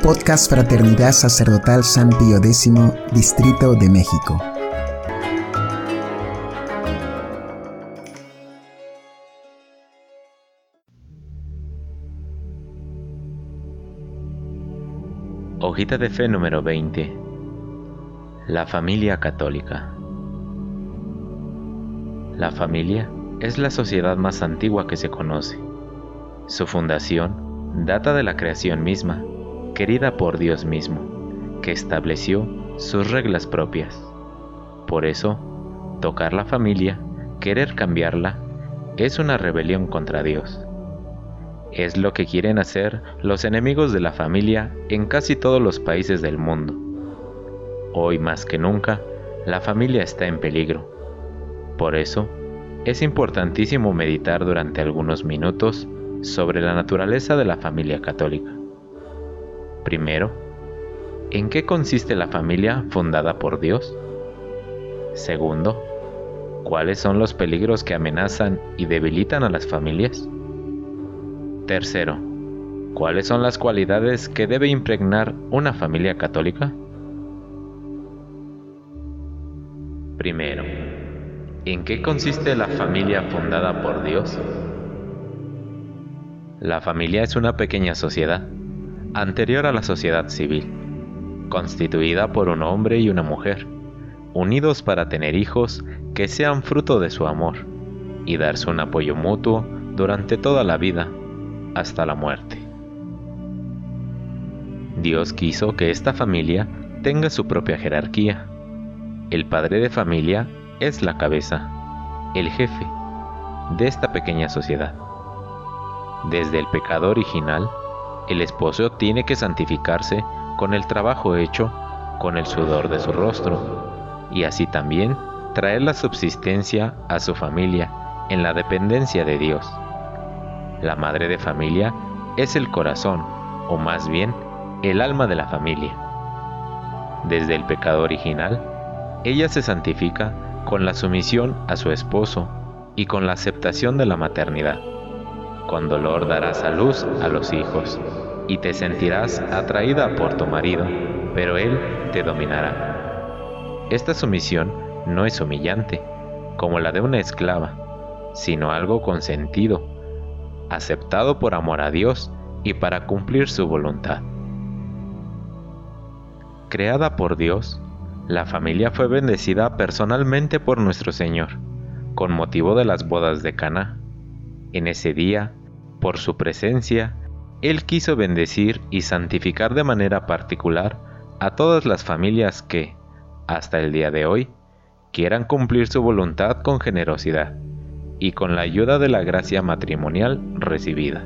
Podcast Fraternidad Sacerdotal San Pío X, Distrito de México. Hojita de fe número 20. La familia católica. La familia es la sociedad más antigua que se conoce. Su fundación data de la creación misma, querida por Dios mismo, que estableció sus reglas propias. Por eso, tocar la familia, querer cambiarla, es una rebelión contra Dios. Es lo que quieren hacer los enemigos de la familia en casi todos los países del mundo. Hoy más que nunca, la familia está en peligro. Por eso, es importantísimo meditar durante algunos minutos sobre la naturaleza de la familia católica. Primero, ¿en qué consiste la familia fundada por Dios? Segundo, ¿cuáles son los peligros que amenazan y debilitan a las familias? Tercero, ¿cuáles son las cualidades que debe impregnar una familia católica? Primero, ¿en qué consiste la familia fundada por Dios? La familia es una pequeña sociedad, anterior a la sociedad civil, constituida por un hombre y una mujer, unidos para tener hijos que sean fruto de su amor y darse un apoyo mutuo durante toda la vida, hasta la muerte. Dios quiso que esta familia tenga su propia jerarquía. El padre de familia es la cabeza, el jefe de esta pequeña sociedad. Desde el pecado original, el esposo tiene que santificarse con el trabajo hecho con el sudor de su rostro, y así también traer la subsistencia a su familia en la dependencia de Dios. La madre de familia es el corazón, o más bien, el alma de la familia. Desde el pecado original, ella se santifica con la sumisión a su esposo y con la aceptación de la maternidad. Con dolor darás a luz a los hijos, y te sentirás atraída por tu marido, pero él te dominará. Esta sumisión no es humillante, como la de una esclava, sino algo consentido, aceptado por amor a Dios y para cumplir su voluntad. Creada por Dios, la familia fue bendecida personalmente por nuestro Señor, con motivo de las bodas de Caná. En ese día, por su presencia, Él quiso bendecir y santificar de manera particular a todas las familias que, hasta el día de hoy, quieran cumplir su voluntad con generosidad y con la ayuda de la gracia matrimonial recibida.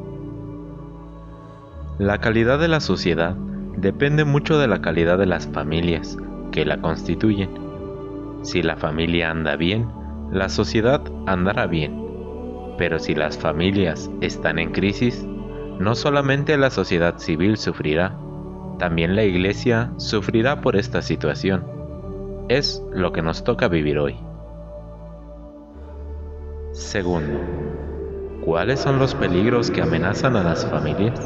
La calidad de la sociedad depende mucho de la calidad de las familias que la constituyen. Si la familia anda bien, la sociedad andará bien. Pero si las familias están en crisis, no solamente la sociedad civil sufrirá, también la Iglesia sufrirá por esta situación. Es lo que nos toca vivir hoy. Segundo, ¿cuáles son los peligros que amenazan a las familias?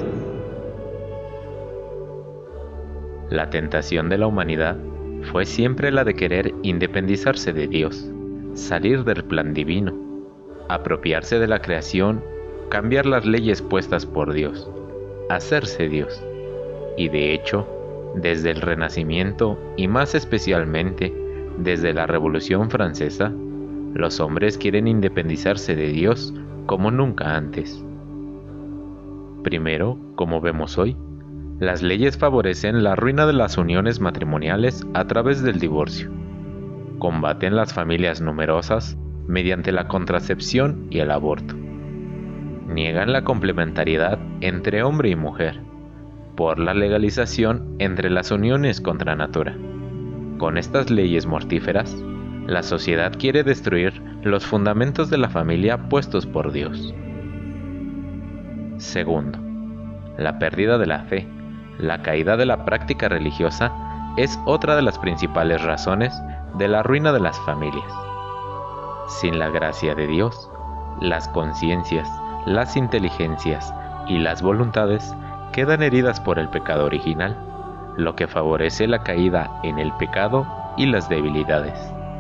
La tentación de la humanidad fue siempre la de querer independizarse de Dios, salir del plan divino, apropiarse de la creación, cambiar las leyes puestas por Dios, hacerse Dios. Y de hecho, desde el Renacimiento y más especialmente desde la Revolución Francesa, los hombres quieren independizarse de Dios como nunca antes. Primero, como vemos hoy, las leyes favorecen la ruina de las uniones matrimoniales a través del divorcio. Combaten las familias numerosas mediante la contracepción y el aborto. Niegan la complementariedad entre hombre y mujer, por la legalización entre las uniones contra natura. Con estas leyes mortíferas, la sociedad quiere destruir los fundamentos de la familia puestos por Dios. Segundo, la pérdida de la fe, la caída de la práctica religiosa es otra de las principales razones de la ruina de las familias. Sin la gracia de Dios, las conciencias, las inteligencias y las voluntades quedan heridas por el pecado original, lo que favorece la caída en el pecado y las debilidades.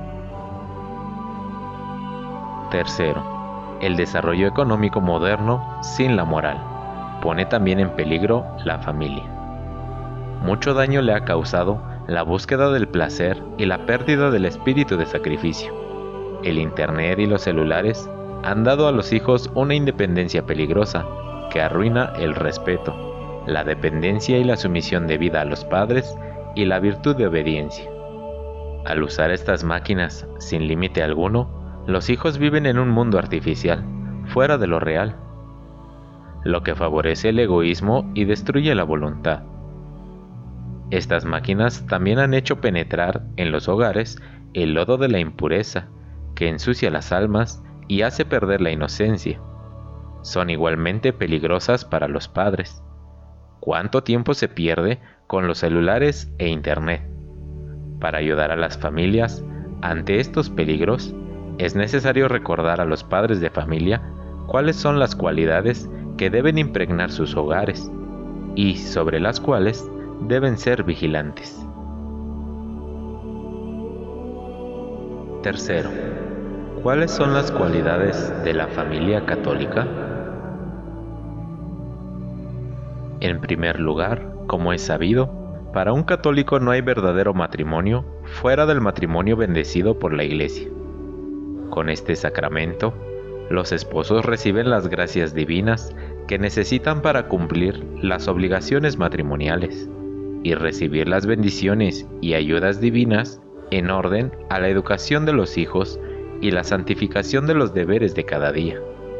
Tercero, el desarrollo económico moderno sin la moral pone también en peligro la familia. Mucho daño le ha causado la búsqueda del placer y la pérdida del espíritu de sacrificio. El Internet y los celulares han dado a los hijos una independencia peligrosa que arruina el respeto, la dependencia y la sumisión debida a los padres y la virtud de obediencia. Al usar estas máquinas sin límite alguno, los hijos viven en un mundo artificial, fuera de lo real, lo que favorece el egoísmo y destruye la voluntad. Estas máquinas también han hecho penetrar en los hogares el lodo de la impureza, que ensucia las almas y hace perder la inocencia. Son igualmente peligrosas para los padres. ¿Cuánto tiempo se pierde con los celulares e Internet? Para ayudar a las familias ante estos peligros, es necesario recordar a los padres de familia cuáles son las cualidades que deben impregnar sus hogares y sobre las cuales deben ser vigilantes. Tercero, ¿cuáles son las cualidades de la familia católica? En primer lugar, como es sabido, para un católico no hay verdadero matrimonio fuera del matrimonio bendecido por la Iglesia. Con este sacramento, los esposos reciben las gracias divinas que necesitan para cumplir las obligaciones matrimoniales y recibir las bendiciones y ayudas divinas en orden a la educación de los hijos y la santificación de los deberes de cada día.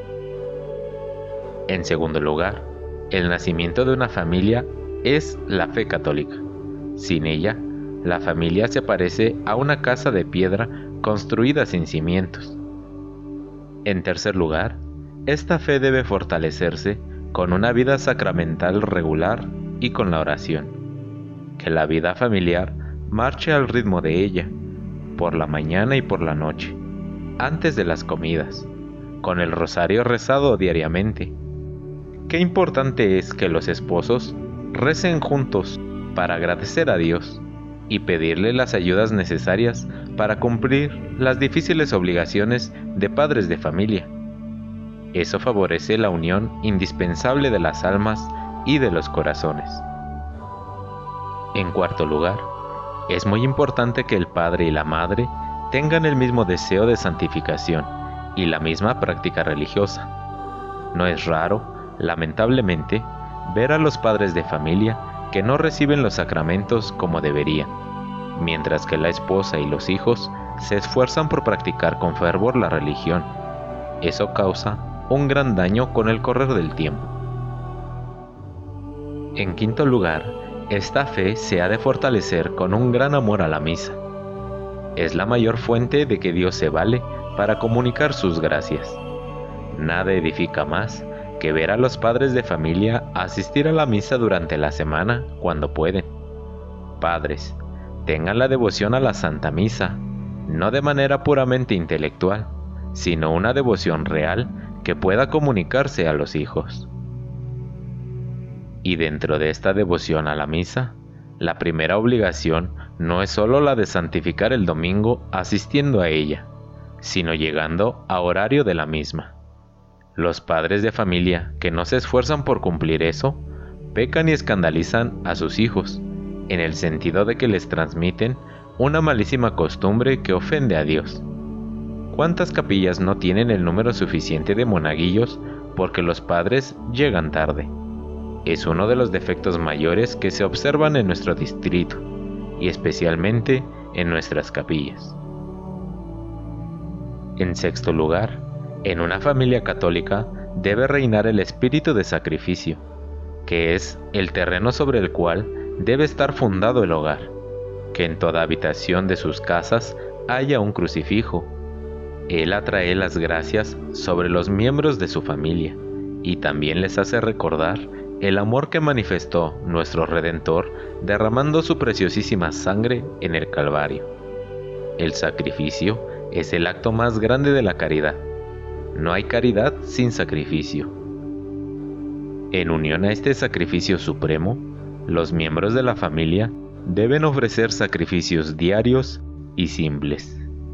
En segundo lugar, el nacimiento de una familia es la fe católica. Sin ella, la familia se parece a una casa de piedra construida sin cimientos. En tercer lugar, esta fe debe fortalecerse con una vida sacramental regular y con la oración. Que la vida familiar marche al ritmo de ella, por la mañana y por la noche, antes de las comidas, con el rosario rezado diariamente. Qué importante es que los esposos recen juntos para agradecer a Dios y pedirle las ayudas necesarias para cumplir las difíciles obligaciones de padres de familia. Eso favorece la unión indispensable de las almas y de los corazones. En cuarto lugar, es muy importante que el padre y la madre tengan el mismo deseo de santificación y la misma práctica religiosa. No es raro, lamentablemente, ver a los padres de familia que no reciben los sacramentos como deberían, mientras que la esposa y los hijos se esfuerzan por practicar con fervor la religión. Eso causa un gran daño con el correr del tiempo. En quinto lugar, esta fe se ha de fortalecer con un gran amor a la misa. Es la mayor fuente de que Dios se vale para comunicar sus gracias. Nada edifica más que ver a los padres de familia asistir a la misa durante la semana cuando pueden. Padres, tengan la devoción a la Santa Misa, no de manera puramente intelectual, sino una devoción real que pueda comunicarse a los hijos. Y dentro de esta devoción a la misa, la primera obligación no es solo la de santificar el domingo asistiendo a ella, sino llegando a horario de la misma. Los padres de familia que no se esfuerzan por cumplir eso, pecan y escandalizan a sus hijos, en el sentido de que les transmiten una malísima costumbre que ofende a Dios. ¿Cuántas capillas no tienen el número suficiente de monaguillos porque los padres llegan tarde? Es uno de los defectos mayores que se observan en nuestro distrito, y especialmente en nuestras capillas. En sexto lugar, en una familia católica debe reinar el espíritu de sacrificio, que es el terreno sobre el cual debe estar fundado el hogar, que en toda habitación de sus casas haya un crucifijo. Él atrae las gracias sobre los miembros de su familia, y también les hace recordar el amor que manifestó nuestro Redentor derramando su preciosísima sangre en el Calvario. El sacrificio es el acto más grande de la caridad. No hay caridad sin sacrificio. En unión a este sacrificio supremo, los miembros de la familia deben ofrecer sacrificios diarios y simples.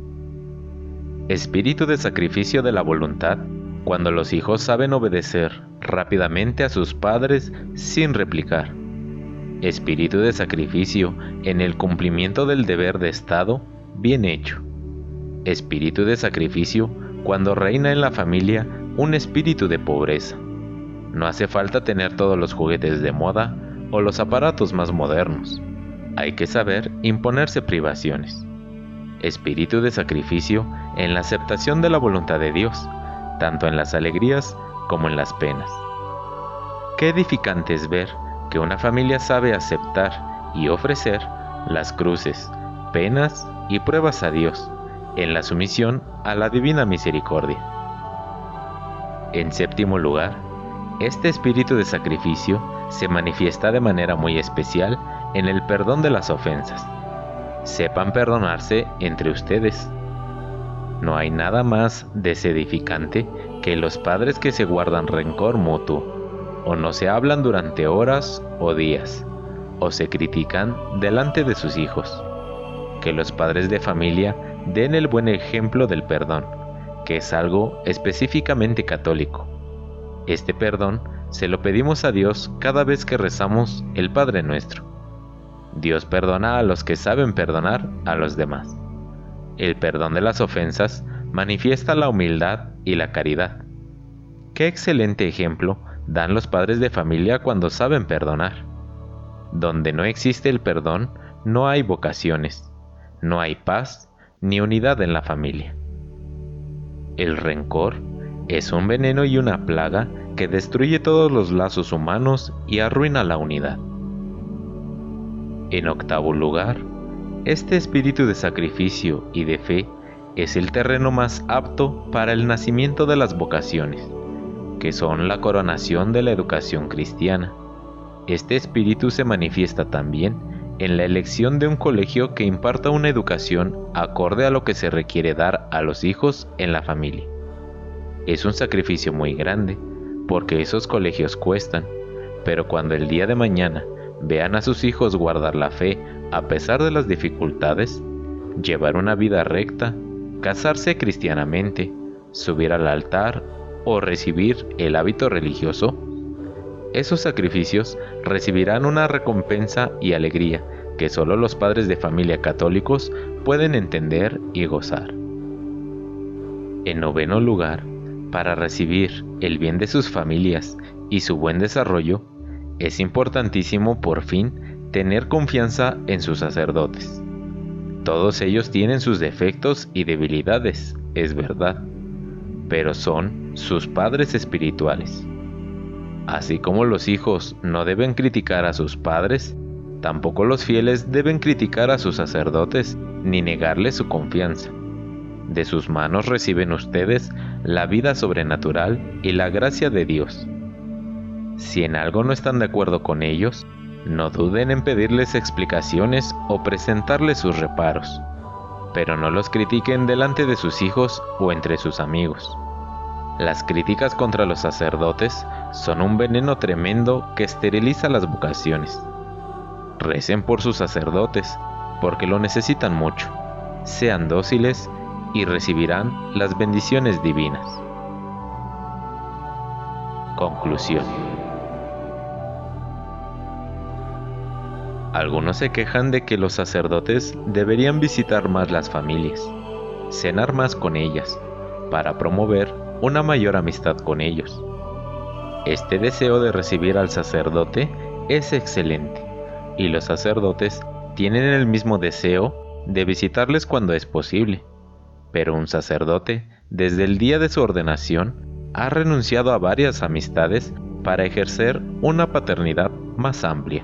Espíritu de sacrificio de la voluntad, cuando los hijos saben obedecer rápidamente a sus padres sin replicar. Espíritu de sacrificio en el cumplimiento del deber de Estado bien hecho. Espíritu de sacrificio cuando reina en la familia un espíritu de pobreza. No hace falta tener todos los juguetes de moda o los aparatos más modernos. Hay que saber imponerse privaciones. Espíritu de sacrificio en la aceptación de la voluntad de Dios, tanto en las alegrías como en las penas. Qué edificante es ver que una familia sabe aceptar y ofrecer las cruces, penas y pruebas a Dios, en la sumisión a la divina misericordia. En séptimo lugar, este espíritu de sacrificio se manifiesta de manera muy especial en el perdón de las ofensas. Sepan perdonarse entre ustedes. No hay nada más desedificante que los padres que se guardan rencor mutuo, o no se hablan durante horas o días, o se critican delante de sus hijos. Que los padres de familia den el buen ejemplo del perdón, que es algo específicamente católico. Este perdón se lo pedimos a Dios cada vez que rezamos el Padre Nuestro. Dios perdona a los que saben perdonar a los demás. El perdón de las ofensas manifiesta la humildad y la caridad. Qué excelente ejemplo dan los padres de familia cuando saben perdonar. Donde no existe el perdón, no hay vocaciones, no hay paz ni unidad en la familia. El rencor es un veneno y una plaga que destruye todos los lazos humanos y arruina la unidad. En octavo lugar, este espíritu de sacrificio y de fe es el terreno más apto para el nacimiento de las vocaciones, que son la coronación de la educación cristiana. Este espíritu se manifiesta también en la elección de un colegio que imparta una educación acorde a lo que se requiere dar a los hijos en la familia. Es un sacrificio muy grande, porque esos colegios cuestan, pero cuando el día de mañana vean a sus hijos guardar la fe a pesar de las dificultades, llevar una vida recta, casarse cristianamente, subir al altar o recibir el hábito religioso, esos sacrificios recibirán una recompensa y alegría que solo los padres de familia católicos pueden entender y gozar. En noveno lugar, para recibir el bien de sus familias y su buen desarrollo, es importantísimo por fin tener confianza en sus sacerdotes. Todos ellos tienen sus defectos y debilidades, es verdad, pero son sus padres espirituales. Así como los hijos no deben criticar a sus padres, tampoco los fieles deben criticar a sus sacerdotes ni negarles su confianza. De sus manos reciben ustedes la vida sobrenatural y la gracia de Dios. Si en algo no están de acuerdo con ellos, no duden en pedirles explicaciones o presentarles sus reparos, pero no los critiquen delante de sus hijos o entre sus amigos. Las críticas contra los sacerdotes son un veneno tremendo que esteriliza las vocaciones. Recen por sus sacerdotes, porque lo necesitan mucho. Sean dóciles y recibirán las bendiciones divinas. Conclusión. Algunos se quejan de que los sacerdotes deberían visitar más las familias, cenar más con ellas, para promover una mayor amistad con ellos. Este deseo de recibir al sacerdote es excelente, y los sacerdotes tienen el mismo deseo de visitarles cuando es posible. Pero un sacerdote, desde el día de su ordenación, ha renunciado a varias amistades para ejercer una paternidad más amplia.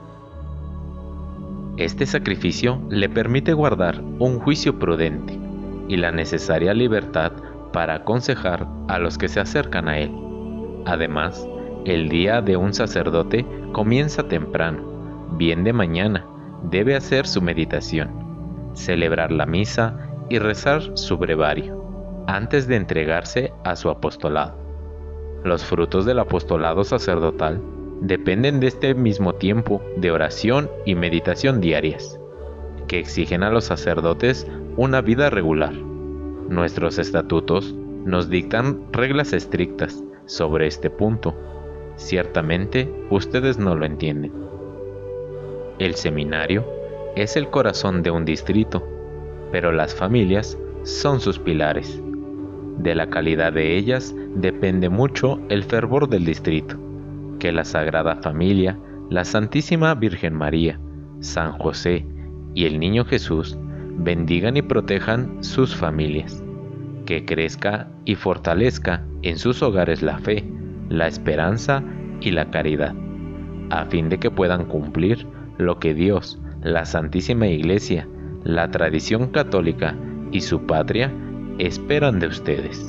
Este sacrificio le permite guardar un juicio prudente y la necesaria libertad para aconsejar a los que se acercan a él. Además, el día de un sacerdote comienza temprano, bien de mañana, debe hacer su meditación, celebrar la misa y rezar su brevario, antes de entregarse a su apostolado. Los frutos del apostolado sacerdotal dependen de este mismo tiempo de oración y meditación diarias, que exigen a los sacerdotes una vida regular. Nuestros estatutos nos dictan reglas estrictas sobre este punto. Ciertamente, ustedes no lo entienden. El seminario es el corazón de un distrito, pero las familias son sus pilares. De la calidad de ellas depende mucho el fervor del distrito. Que la Sagrada Familia, la Santísima Virgen María, San José y el Niño Jesús bendigan y protejan sus familias. Que crezca y fortalezca en sus hogares la fe, la esperanza y la caridad, a fin de que puedan cumplir lo que Dios, la Santísima Iglesia, la tradición católica y su patria esperan de ustedes.